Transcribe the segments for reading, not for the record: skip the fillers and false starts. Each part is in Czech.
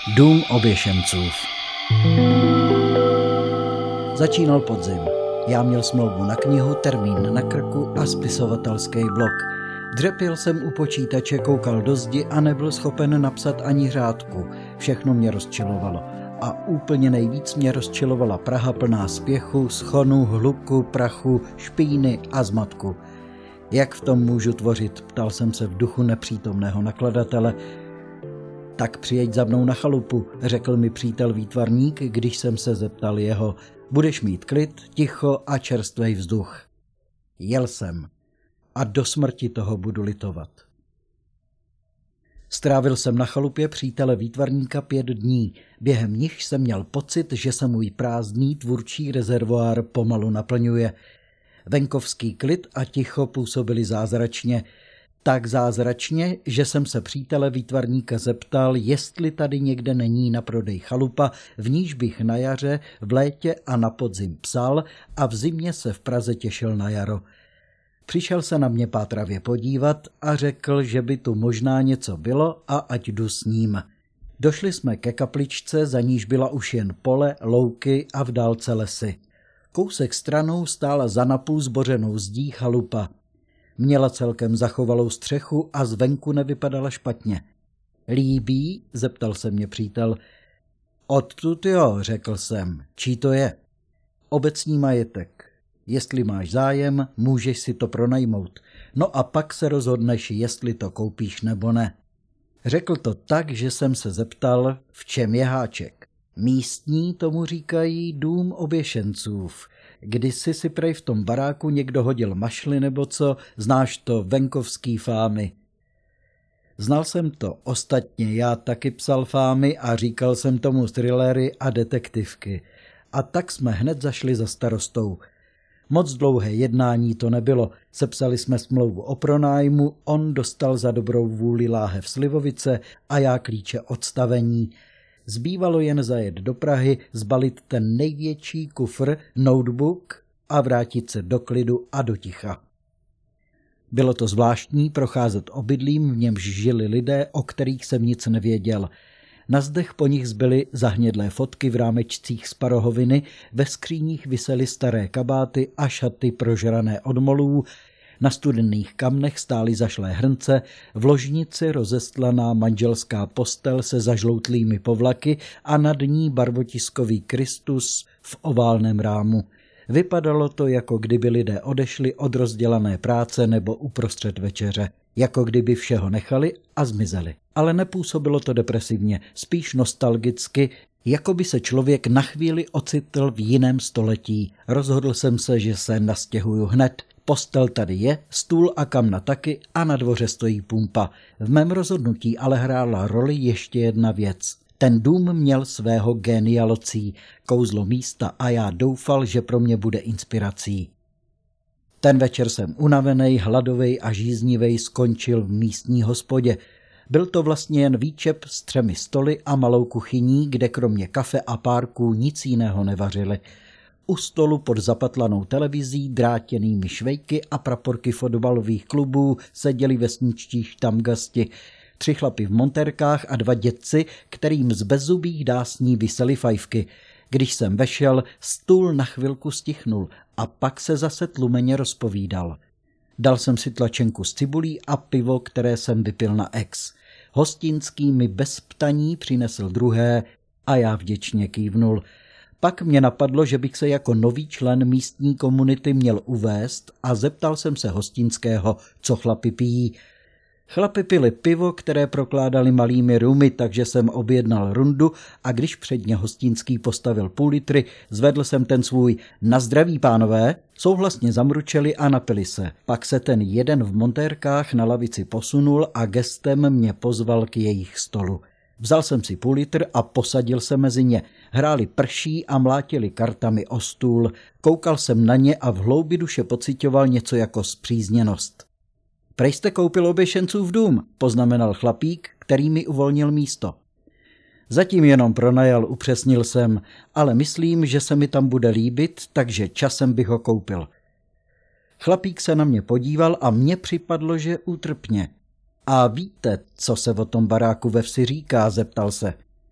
Dům oběšenců. Začínal podzim. Já měl smlouvu na knihu, termín na krku a spisovatelský blok. Dřepil jsem u počítače, koukal do zdi a nebyl schopen napsat ani řádku. Všechno mě rozčilovalo. A úplně nejvíc mě rozčilovala Praha plná spěchu, schonu, hluku, prachu, špíny a zmatku. Jak v tom můžu tvořit, ptal jsem se v duchu nepřítomného nakladatele. Tak přijeď za mnou na chalupu, řekl mi přítel výtvarník, když jsem se zeptal jeho. Budeš mít klid, ticho a čerstvej vzduch. Jel jsem. A do smrti toho budu litovat. Strávil jsem na chalupě přítele výtvarníka 5 dní, během nich jsem měl pocit, že se můj prázdný tvůrčí rezervoár pomalu naplňuje. Venkovský klid a ticho působili zázračně. Tak zázračně, že jsem se přítele výtvarníka zeptal, jestli tady někde není na prodej chalupa, v níž bych na jaře, v létě a na podzim psal a v zimě se v Praze těšil na jaro. Přišel se na mě pátravě podívat a řekl, že by tu možná něco bylo a ať jdu s ním. Došli jsme ke kapličce, za níž byla už jen pole, louky a v dálce lesy. Kousek stranou stála za napůl zbořenou zdí chalupa. Měla celkem zachovalou střechu a zvenku nevypadala špatně. Líbí? Zeptal se mě přítel. Odtud jo, řekl jsem. Čí to je? Obecní majetek. Jestli máš zájem, můžeš si to pronajmout. No a pak se rozhodneš, jestli to koupíš nebo ne. Řekl to tak, že jsem se zeptal, v čem je háček. Místní tomu říkají dům oběšenců. Kdysi si prej v tom baráku někdo hodil mašly nebo co, znáš to, venkovský fámy. Znal jsem to, ostatně já taky psal fámy a říkal jsem tomu thrillery a detektivky. A tak jsme hned zašli za starostou. Moc dlouhé jednání to nebylo, sepsali jsme smlouvu o pronájmu, on dostal za dobrou vůli láhev slivovice a já klíče od stavení. Zbývalo jen zajet do Prahy, zbalit ten největší kufr, notebook a vrátit se do klidu a do ticha. Bylo to zvláštní procházet obydlím, v němž žili lidé, o kterých jsem nic nevěděl. Na zdech po nich zbyly zahnědlé fotky v rámečcích z parohoviny, ve skříních visely staré kabáty a šaty prožrané od molů, na studených kamnech stály zašlé hrnce, v ložnici rozestlaná manželská postel se zažloutlými povlaky a nad ní barvotiskový Kristus v oválném rámu. Vypadalo to, jako kdyby lidé odešli od rozdělané práce nebo uprostřed večeře. Jako kdyby všeho nechali a zmizeli. Ale nepůsobilo to depresivně, spíš nostalgicky, jako by se člověk na chvíli ocitl v jiném století. Rozhodl jsem se, že se nastěhuju hned. Postel tady je, stůl a kamna taky a na dvoře stojí pumpa. V mém rozhodnutí ale hrála roli ještě jedna věc. Ten dům měl svého génia locí, kouzlo místa a já doufal, že pro mě bude inspirací. Ten večer jsem unavenej, hladovej a žíznivej skončil v místní hospodě. Byl to vlastně jen výčep s 3 stoly a malou kuchyní, kde kromě kafe a párků nic jiného nevařili. U stolu pod zapatlanou televizí, drátěnými švejky a praporky fotbalových klubů seděli vesničtí štamgasti, 3 chlapi v montérkách a 2 dědci, kterým z bezzubých dásní visely fajfky. Když jsem vešel, stůl na chvilku stichnul a pak se zase tlumeně rozpovídal. Dal jsem si tlačenku s cibulí a pivo, které jsem vypil na ex. Hostinský mi bez ptaní přinesl druhé a já vděčně kývnul. Pak mě napadlo, že bych se jako nový člen místní komunity měl uvést a zeptal jsem se hostinského, co chlapi pijí. Chlapi pili pivo, které prokládali malými rumy, takže jsem objednal rundu a když předně hostinský postavil půl litry, zvedl jsem ten svůj na zdraví, pánové, souhlasně zamručeli a napili se. Pak se ten jeden v montérkách na lavici posunul a gestem mě pozval k jejich stolu. Vzal jsem si půl litr a posadil se mezi ně. Hráli prší a mlátili kartami o stůl. Koukal jsem na ně a v hloubi duše pocitoval něco jako spřízněnost. Prej jste koupil oběšencův dům, poznamenal chlapík, který mi uvolnil místo. Zatím jenom pronajal, upřesnil jsem, ale myslím, že se mi tam bude líbit, takže časem bych ho koupil. Chlapík se na mě podíval a mně připadlo, že útrpně. A víte, co se o tom baráku ve vsi říká, zeptal se.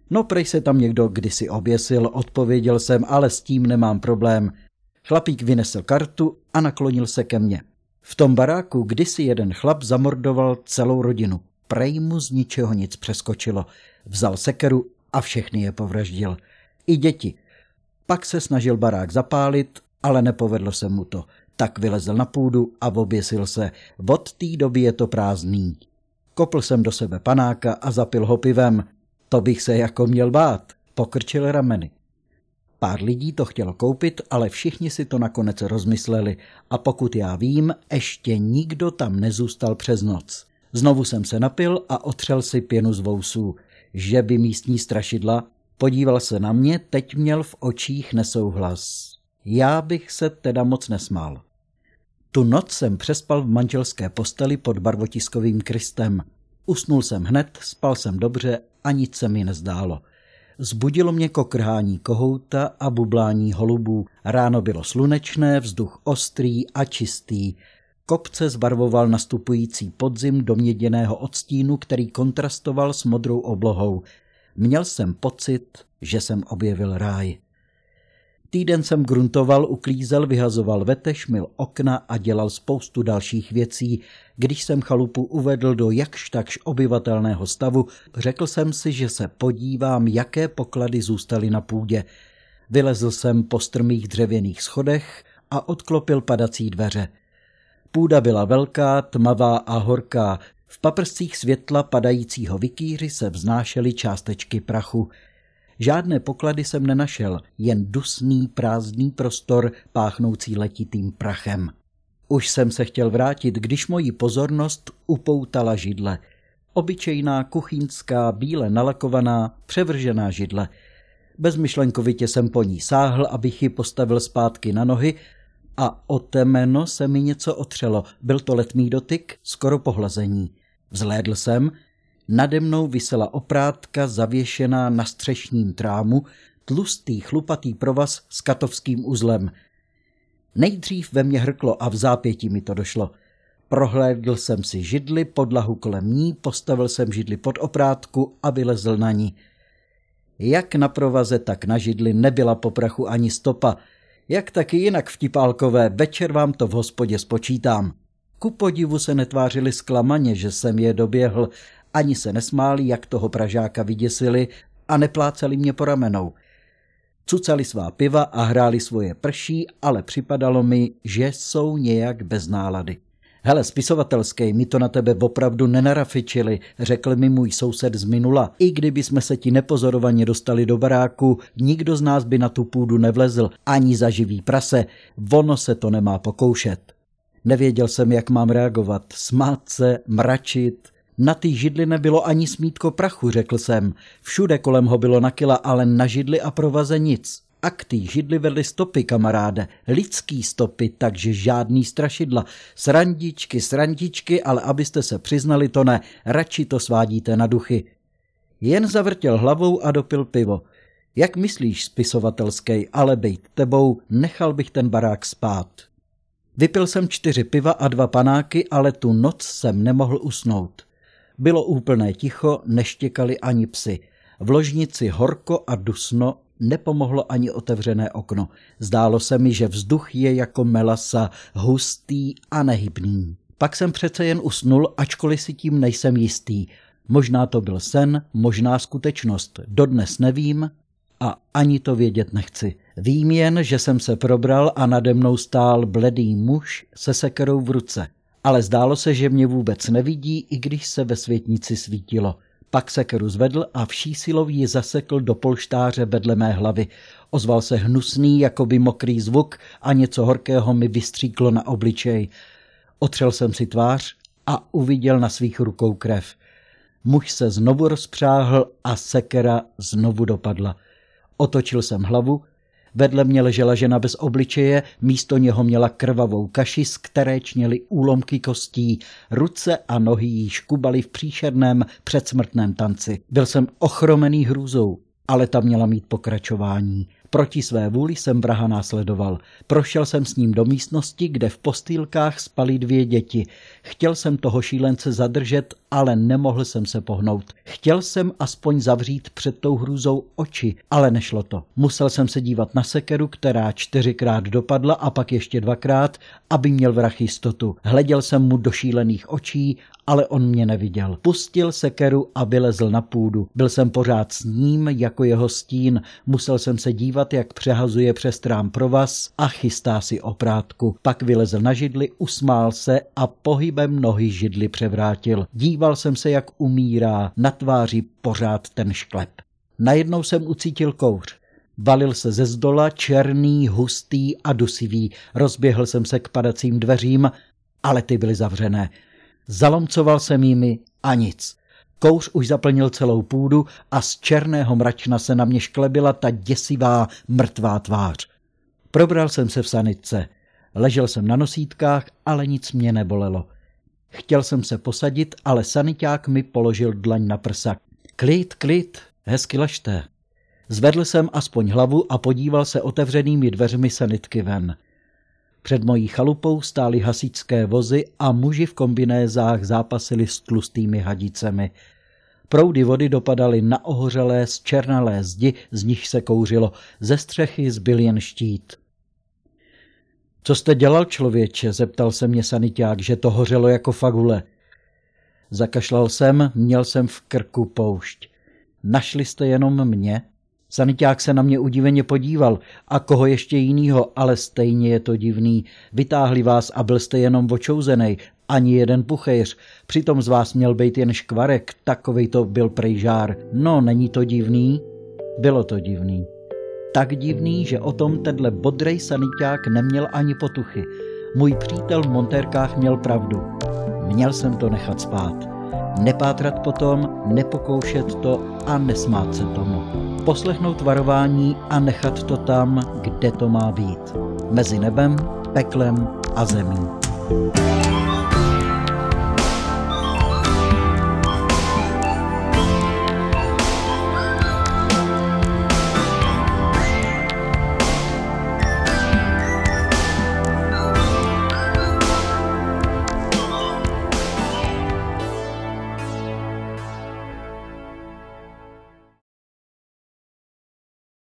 No prej se tam někdo kdysi oběsil, odpověděl jsem, ale s tím nemám problém. Chlapík vynesl kartu a naklonil se ke mně. V tom baráku kdysi jeden chlap zamordoval celou rodinu. Prej mu z ničeho nic přeskočilo. Vzal sekeru a všechny je povraždil. I děti. Pak se snažil barák zapálit, ale nepovedlo se mu to. Tak vylezl na půdu a oběsil se. Od té doby je to prázdný. Kopl jsem do sebe panáka a zapil ho pivem. To bych se jako měl bát. Pokrčil rameny. Pár lidí to chtělo koupit, ale všichni si to nakonec rozmysleli a pokud já vím, ještě nikdo tam nezůstal přes noc. Znovu jsem se napil a otřel si pěnu z vousů. Že by místní strašidla? Podíval se na mě, teď měl v očích nesouhlas. Já bych se teda moc nesmál. Tu noc jsem přespal v manželské posteli pod barvotiskovým Kristem. Usnul jsem hned, spal jsem dobře a nic se mi nezdálo. Zbudilo mě kokrhání kohouta a bublání holubů. Ráno bylo slunečné, vzduch ostrý a čistý. Kopce zbarvoval nastupující podzim do měděného odstínu, který kontrastoval s modrou oblohou. Měl jsem pocit, že jsem objevil ráj. Týden jsem gruntoval, uklízel, vyhazoval vetež, myl okna a dělal spoustu dalších věcí. Když jsem chalupu uvedl do jakž takž obyvatelného stavu, řekl jsem si, že se podívám, jaké poklady zůstaly na půdě. Vylezl jsem po strmých dřevěných schodech a odklopil padací dveře. Půda byla velká, tmavá a horká. V paprscích světla padajícího vikýři se vznášely částečky prachu. Žádné poklady jsem nenašel, jen dusný, prázdný prostor páchnoucí letitým prachem. Už jsem se chtěl vrátit, když moji pozornost upoutala židle. Obyčejná kuchyňská, bíle nalakovaná, převržená židle. Bezmyšlenkovitě jsem po ní sáhl, abych ji postavil zpátky na nohy a o temeno se mi něco otřelo. Byl to letmý dotyk, skoro pohlazení. Vzhlédl jsem. Nade mnou visela oprátka zavěšená na střešním trámu, tlustý chlupatý provaz s katovským uzlem. Nejdřív ve mně hrklo a v zápětí mi to došlo. Prohlédl jsem si židli, podlahu kolem ní, postavil jsem židli pod oprátku a vylezl na ní. Jak na provaze, tak na židli nebyla po prachu ani stopa. Jak taky jinak vtipálkové, večer vám to v hospodě spočítám. Ku podivu se netvářili zklamaně, že jsem je doběhl, ani se nesmáli, jak toho Pražáka vyděsili a nepláceli mě po ramenou. Cucali svá piva a hráli svoje prší, ale připadalo mi, že jsou nějak bez nálady. Hele, spisovatelský, mi to na tebe opravdu nenarafičili, řekl mi můj soused z minula. I kdyby jsme se ti nepozorovaně dostali do baráku, nikdo z nás by na tu půdu nevlezl, ani za živý prase, ono se to nemá pokoušet. Nevěděl jsem, jak mám reagovat, smát se, mračit. Na té židli nebylo ani smítko prachu, řekl jsem. Všude kolem ho bylo na kila, ale na židli a provaze nic. A k té židli vedly stopy, kamaráde. Lidský stopy, takže žádný strašidla. Srandičky, ale abyste se přiznali, to ne. Radši to svádíte na duchy. Jen zavrtěl hlavou a dopil pivo. Jak myslíš, spisovatelský, ale bejt tebou, nechal bych ten barák spát. Vypil jsem 4 piva a 2 panáky, ale tu noc jsem nemohl usnout. Bylo úplné ticho, neštěkali ani psi. V ložnici horko a dusno, nepomohlo ani otevřené okno. Zdálo se mi, že vzduch je jako melasa, hustý a nehybný. Pak jsem přece jen usnul, ačkoliv si tím nejsem jistý. Možná to byl sen, možná skutečnost. Dodnes nevím a ani to vědět nechci. Vím jen, že jsem se probral a nade mnou stál bledý muž se sekerou v ruce. Ale zdálo se, že mě vůbec nevidí, i když se ve světnici svítilo. Pak sekeru zvedl a vší silou ji zasekl do polštáře vedle mé hlavy. Ozval se hnusný, jakoby mokrý zvuk a něco horkého mi vystříklo na obličej. Otřel jsem si tvář a uviděl na svých rukou krev. Muž se znovu rozpřáhl a sekera znovu dopadla. Otočil jsem hlavu. Vedle mě ležela žena bez obličeje, místo něho měla krvavou kaši, z které čněly úlomky kostí. Ruce a nohy jí škubaly v příšerném předsmrtném tanci. Byl jsem ochromený hrůzou, ale ta měla mít pokračování. Proti své vůli jsem vraha následoval. Prošel jsem s ním do místnosti, kde v postýlkách spaly 2 děti. Chtěl jsem toho šílence zadržet, ale nemohl jsem se pohnout. Chtěl jsem aspoň zavřít před tou hrůzou oči, ale nešlo to. Musel jsem se dívat na sekeru, která 4krát dopadla a pak ještě 2krát, aby měl vrah jistotu. Hleděl jsem mu do šílených očí, ale on mě neviděl. Pustil sekeru a vylezl na půdu. Byl jsem pořád s ním jako jeho stín. Musel jsem se dívat, jak přehazuje přes trám provaz a chystá si oprátku. Pak vylezl na židli, usmál se a pohybem nohy židli převrátil. Díval jsem se, jak umírá, na tváři pořád ten šklep. Najednou jsem ucítil kouř. Valil se ze zdola, černý, hustý a dusivý. Rozběhl jsem se k padacím dveřím, ale ty byly zavřené. Zalomcoval jsem jimi a nic. Kouř už zaplnil celou půdu a z černého mračna se na mě šklebila ta děsivá, mrtvá tvář. Probral jsem se v sanitce. Ležel jsem na nosítkách, ale nic mě nebolelo. Chtěl jsem se posadit, ale saniťák mi položil dlaň na prsa. Klid, hezky ležte. Zvedl jsem aspoň hlavu a podíval se otevřenými dveřmi sanitky ven. Před mojí chalupou stály hasičské vozy a muži v kombinézách zápasili s tlustými hadicemi. Proudy vody dopadaly na ohořelé, zčernalé zdi, z nich se kouřilo. Ze střechy zbyl jen štít. Co jste dělal, člověče? Zeptal se mě saniťák, že to hořelo jako fagule. Zakašlal jsem, měl jsem v krku poušť. Našli jste jenom mě? Saniťák se na mě udiveně podíval. A koho ještě jinýho, ale stejně je to divný. Vytáhli vás a byl jste jenom očouzenej, ani jeden puchejř. Přitom z vás měl být jen škvarek, takovej to byl prej žár. No, není to divný? Bylo to divný. Tak divný, že o tom tenhle bodrej saniťák neměl ani potuchy. Můj přítel v montérkách měl pravdu. Měl jsem to nechat spát. Nepátrat potom, nepokoušet to a nesmát se tomu. Poslechnout varování a nechat to tam, kde to má být. Mezi nebem, peklem a zemí.